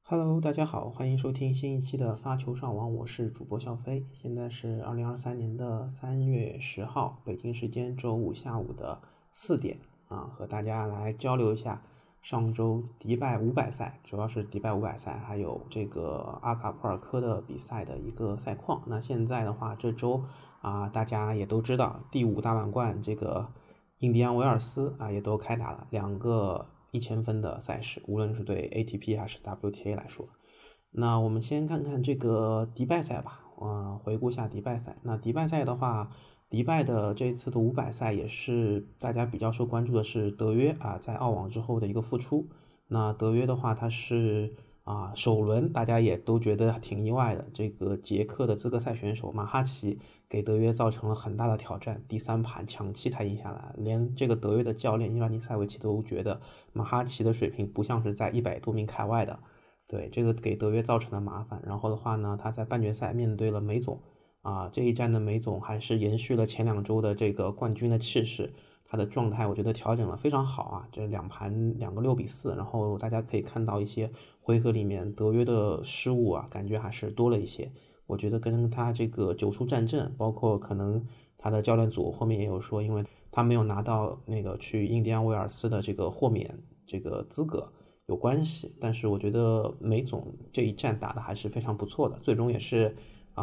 Hello，大家好，欢迎收听新一期的发球上网，我是主播笑飞。现在是2023年的3月10号，北京时间周五下午的4点和大家来交流一下上周迪拜500赛，主要是迪拜500赛，还有这个阿卡普尔科的比赛的一个赛况。那现在的话，这周大家也都知道，第5大满贯这个印第安维尔斯也都开打了2个1000分的赛事，无论是对 ATP 还是 WTA 来说。那我们先看看这个迪拜赛吧，回顾一下迪拜赛。那迪拜赛的话，迪拜的这次的500赛也是大家比较受关注的是德约在澳网之后的一个复出。那德约的话，他是首轮大家也都觉得挺意外的，这个捷克的资格赛选手马哈奇给德约造成了很大的挑战，第3盘抢七才赢下来，连这个德约的教练伊万尼塞维奇都觉得马哈奇的水平不像是在100多名凯外的，对，这个给德约造成了麻烦。然后的话呢，他在半决赛面对了梅总这一战的梅总还是延续了前2周的这个冠军的气势，他的状态我觉得调整了非常好这2盘2个6-4，然后大家可以看到一些回合里面德约的失误感觉还是多了一些。我觉得跟他这个久出战阵，包括可能他的教练组后面也有说，因为他没有拿到那个去印第安维尔斯的这个豁免这个资格有关系。但是我觉得梅总这一战打的还是非常不错的，最终也是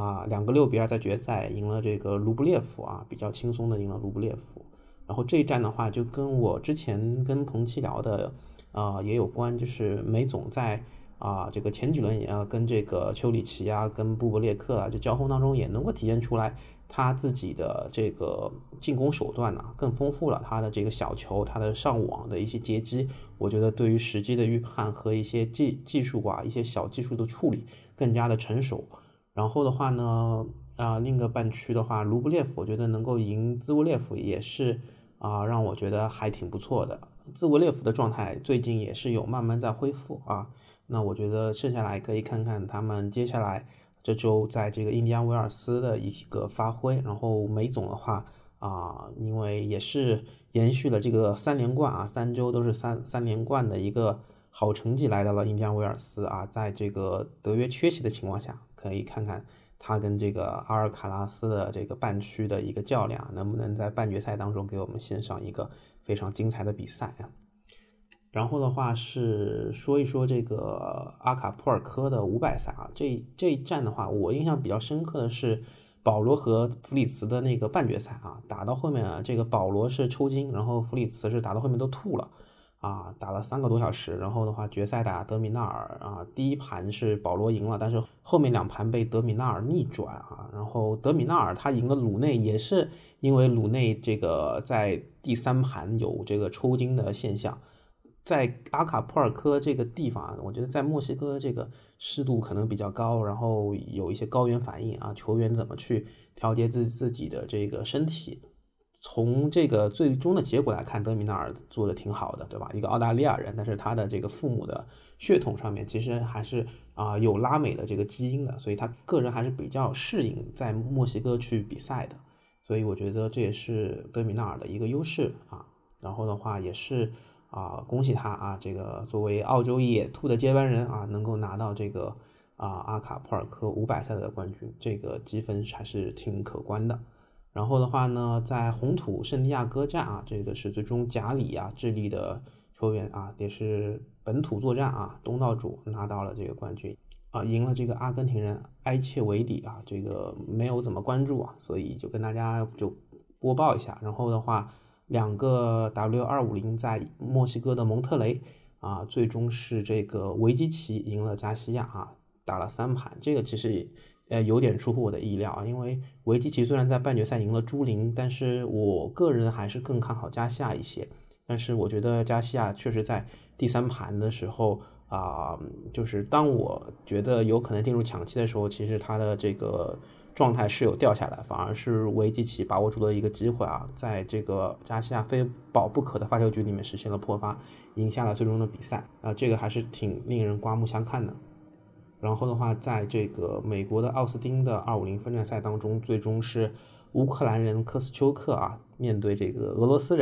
2个6-2在决赛赢了这个卢布列夫比较轻松的赢了卢布列夫。然后这一战的话，就跟我之前跟彭七聊的也有关，就是梅总在这个前几轮也跟这个丘里奇跟布博列克这交锋当中也能够体现出来他自己的这个进攻手段更丰富了，他的这个小球，他的上网的一些截击，我觉得对于时机的预判和一些技术一些小技术的处理更加的成熟。然后的话呢另一个半区的话，卢布列夫我觉得能够赢兹沃列夫也是让我觉得还挺不错的。兹沃列夫的状态最近也是有慢慢在恢复那我觉得剩下来可以看看他们接下来这周在这个印第安维尔斯的一个发挥。然后梅总的话因为也是延续了这个3连冠3周都是三连冠的一个好成绩来到了印第安维尔斯在这个德约缺席的情况下，可以看看他跟这个阿尔卡拉斯的这个半区的一个较量能不能在半决赛当中给我们献上一个非常精彩的比赛然后的话是说一说这个阿卡普尔科的500赛这一战的话，我印象比较深刻的是保罗和弗里茨的那个半决赛打到后面这个保罗是抽筋，然后弗里茨是打到后面都吐了打了3个多小时。然后的话决赛打德米纳尔第一盘是保罗赢了，但是后面2盘被德米纳尔逆转然后德米纳尔他赢了鲁内，也是因为鲁内这个在第3盘有这个抽筋的现象。在阿卡普尔科这个地方我觉得在墨西哥这个湿度可能比较高，然后有一些高原反应球员怎么去调节自己的这个身体。从这个最终的结果来看，德米纳尔做的挺好的，对吧？一个澳大利亚人，但是他的这个父母的血统上面其实还是有拉美的这个基因的，所以他个人还是比较适应在墨西哥去比赛的。所以我觉得这也是德米纳尔的一个优势然后的话也是恭喜他这个作为澳洲野兔的接班人能够拿到这个阿卡普尔科500赛的冠军，这个积分还是挺可观的。然后的话呢，在红土圣地亚哥站这个是最终贾里智利的球员也是本土作战东道主拿到了这个冠军赢了这个阿根廷人埃切维里这个没有怎么关注所以就跟大家就播报一下。然后的话2个 W250 在墨西哥的蒙特雷最终是这个维基奇赢了加西亚打了3盘，这个其实有点出乎我的意料因为维基奇虽然在半决赛赢了朱琳，但是我个人还是更看好加西亚一些。但是我觉得加西亚确实在第3盘的时候就是当我觉得有可能进入抢七的时候，其实他的这个状态是有掉下来，反而是维基奇把握住了一个机会在这个加西亚非保不可的发球局里面实现了破发，赢下了最终的比赛这个还是挺令人刮目相看的。然后的话，在这个美国的奥斯汀的250分站赛当中，最终是乌克兰人科斯丘克面对这个俄罗斯人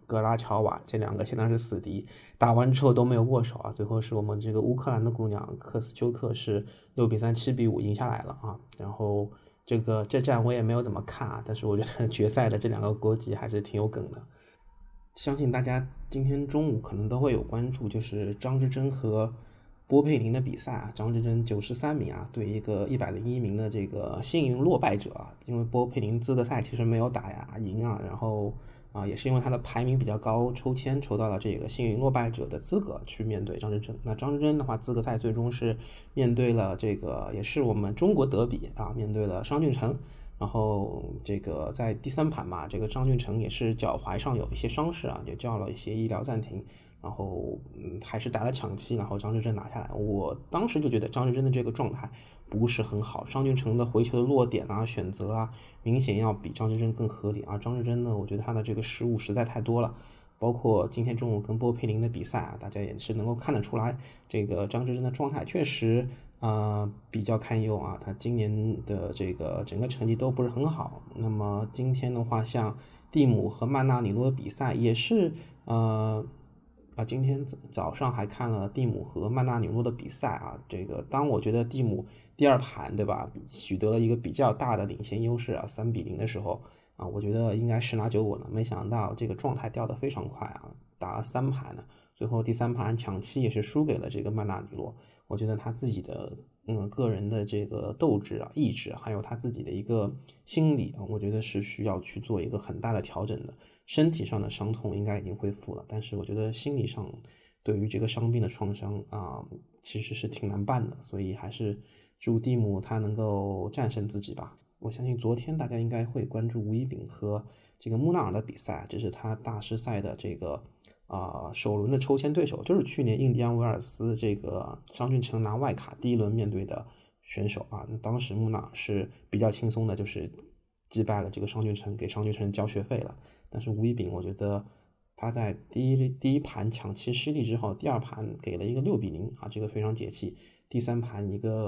格拉乔瓦，这两个现在是死敌，打完之后都没有握手啊，最后是我们这个乌克兰的姑娘科斯丘克是6-3、7-5赢下来了啊。然后这战我也没有怎么看啊，但是我觉得决赛的这两个国籍还是挺有梗的。相信大家今天中午可能都会有关注，就是张之臻和波佩林的比赛啊。张之臻93名啊，对一个101名的这个幸运落败者啊。因为波佩林资格赛其实没有打赢啊，然后也是因为他的排名比较高，抽签抽到了这个幸运落败者的资格去面对张之臻。那张之臻的话，资格赛最终是面对了这个也是我们中国德比啊，面对了商俊成。然后这个在第3盘嘛，这个张俊成也是脚踝上有一些伤势啊，也叫了一些医疗暂停，然后还是打了抢七，然后张之臻拿下来。我当时就觉得张之臻的这个状态不是很好，张俊成的回球的落点啊、选择啊，明显要比张之臻更合理啊。张之臻呢，我觉得他的这个失误实在太多了。包括今天中午跟波佩林的比赛啊，大家也是能够看得出来，这个张之臻的状态确实比较堪忧啊，他今年的这个整个成绩都不是很好。那么今天的话，像蒂姆和曼纳里诺的比赛也是今天早上还看了蒂姆和曼纳里诺的比赛啊。这个当我觉得蒂姆第2盘对吧，取得了一个比较大的领先优势啊，3-0的时候啊，我觉得应该10拿9稳了。没想到这个状态掉得非常快啊，打了3盘呢，最后第3盘抢七也是输给了这个曼纳里诺。我觉得他自己的个人的这个斗志啊、意志，还有他自己的一个心理啊，我觉得是需要去做一个很大的调整的。身体上的伤痛应该已经恢复了，但是我觉得心理上对于这个伤病的创伤其实是挺难办的，所以还是祝蒂姆他能够战胜自己吧。我相信昨天大家应该会关注吴一丙和这个穆纳尔的比赛，这是他大师赛的这个首轮的抽签对手，就是去年印第安维尔斯这个商俊成拿外卡第1轮面对的选手啊。当时穆纳尔是比较轻松的，就是击败了这个商俊成，给商俊成交学费了。但是吴一丙，我觉得他在第一盘抢七失利之后，第2盘给了一个6-0啊，这个非常解气。第3盘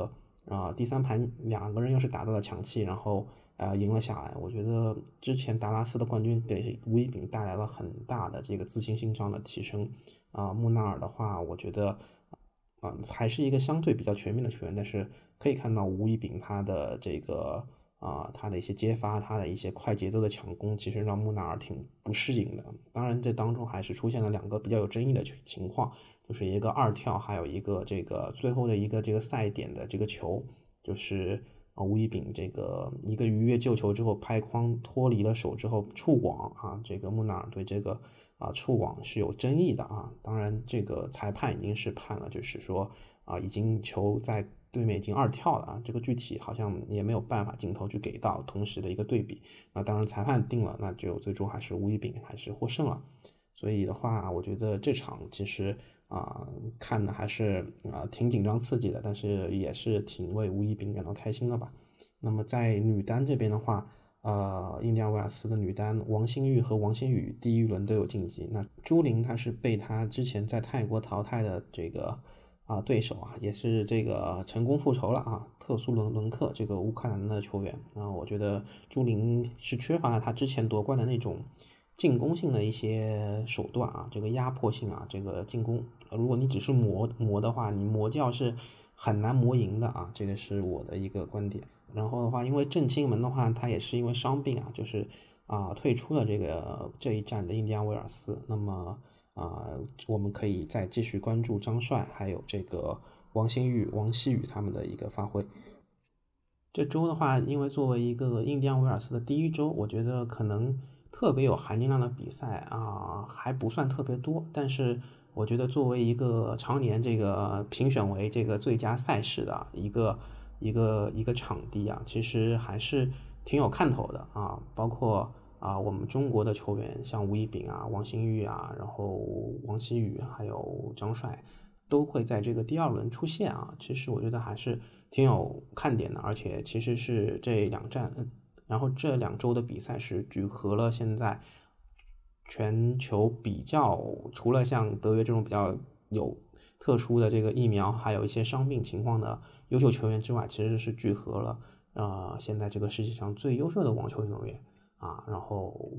2个人又是打到了抢七，然后赢了下来。我觉得之前达拉斯的冠军给吴一丙带来了很大的这个自信心上的提升穆纳尔的话，我觉得还是一个相对比较全面的球员，但是可以看到吴一丙他的这个他的一些接发，他的一些快节奏的抢攻，其实让穆纳尔挺不适应的。当然这当中还是出现了2个比较有争议的情况，就是一个2跳，还有一个这个最后的一个这个赛点的这个球，就是吴一丙这个一个鱼跃救球之后拍框脱离了手之后触网啊，这个穆纳尔对这个触网是有争议的啊。当然这个裁判已经是判了，就是说已经球在对面已经2跳了啊，这个具体好像也没有办法镜头去给到同时的一个对比。那当然裁判定了，那就最终还是吴一丙还是获胜了。所以的话，我觉得这场其实看的还是挺紧张刺激的，但是也是挺为吴一丙感到开心的吧。那么在女单这边的话，印第安维尔斯的女单王馨玉和王欣雨第1轮都有晋级。那朱琳她是被她之前在泰国淘汰的这个对手也是这个成功复仇了啊，特苏伦克这个乌克兰的球员我觉得朱琳是缺乏了她之前夺冠的那种进攻性的一些手段这个压迫性这个进攻，如果你只是磨的话，你磨教是很难磨赢的这个是我的一个观点。然后的话，因为郑钦文的话，他也是因为伤病就是退出了这一站的印第安维尔斯。那么我们可以再继续关注张帅还有这个王欣玉、王希雨他们的一个发挥。这周的话，因为作为一个印第安维尔斯的第1周，我觉得可能特别有含金量的比赛还不算特别多，但是我觉得作为一个常年这个评选为这个最佳赛事的一个场地其实还是挺有看头的包括我们中国的球员像吴一丙王欣玉然后王希雨还有张帅都会在这个第2轮出现其实我觉得还是挺有看点的。而且其实是这2站然后这2周的比赛是聚合了现在全球比较除了像德约这种比较有特殊的这个疫苗还有一些伤病情况的优秀球员之外，其实是聚合了现在这个世界上最优秀的网球运动员然后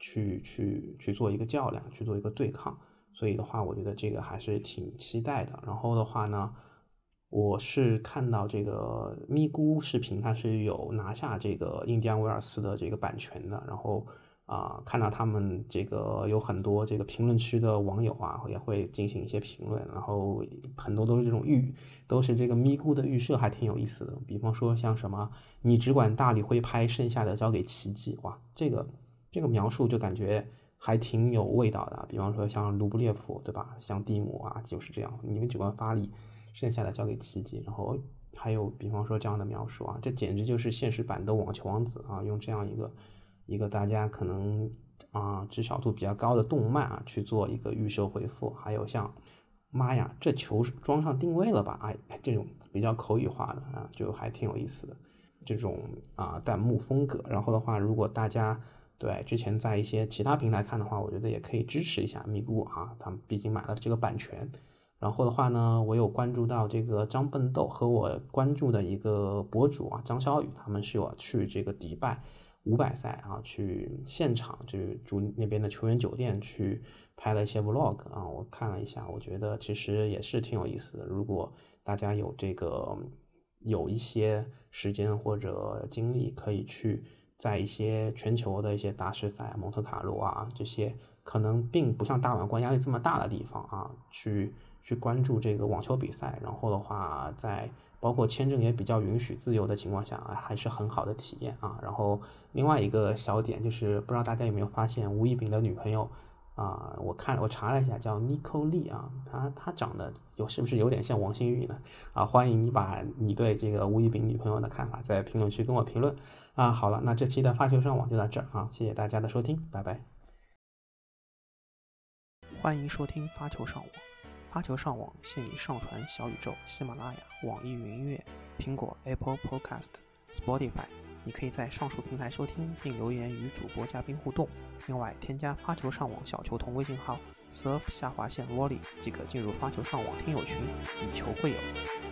去做一个较量，去做一个对抗。所以的话，我觉得这个还是挺期待的。然后的话呢，我是看到这个咪咕视频，它是有拿下这个印第安威尔斯的这个版权的。然后看到他们这个有很多这个评论区的网友啊，也会进行一些评论，然后很多都是这种都是这个咪咕的预设，还挺有意思的。比方说像什么，你只管大力挥拍，剩下的交给奇迹。哇，这个描述就感觉还挺有味道的。比方说像卢布列夫，对吧？像蒂姆啊，就是这样，你们只管发力，剩下的交给奇迹。然后还有比方说这样的描述啊，这简直就是现实版的网球王子啊，用这样一个大家可能知晓度比较高的动漫啊去做一个预设回复。还有像妈呀，这球装上定位了吧？哎，这种比较口语化的啊，就还挺有意思的这种弹幕风格。然后的话，如果大家对之前在一些其他平台看的话，我觉得也可以支持一下咪咕啊，他们毕竟买了这个版权。然后的话呢，我有关注到这个张笨豆和我关注的一个博主啊，张小雨，他们是有去这个迪拜500赛啊，去现场去住那边的球员酒店去拍了一些 vlog 啊，我看了一下，我觉得其实也是挺有意思的。如果大家有一些时间或者精力，可以去在一些全球的一些大师赛，蒙特卡洛啊这些可能并不像大满贯压力这么大的地方啊，去关注这个网球比赛。然后的话，在包括签证也比较允许自由的情况下还是很好的体验啊。然后另外一个小点就是，不知道大家有没有发现，吴亦丙的女朋友我查了一下，叫 Nico Lee 啊，她长得是不是有点像王馨予呢？欢迎你把你对这个吴亦丙女朋友的看法在评论区跟我评论好了，那这期的发球上网就到这儿啊，谢谢大家的收听，拜拜。欢迎收听发球上网。发球上网现已上传小宇宙、喜马拉雅、网易云音乐、苹果 Apple Podcast、Spotify， 你可以在上述平台收听并留言与主播嘉宾互动。另外，添加发球上网小球童微信号 surf_volley 即可进入发球上网听友群，以球会友。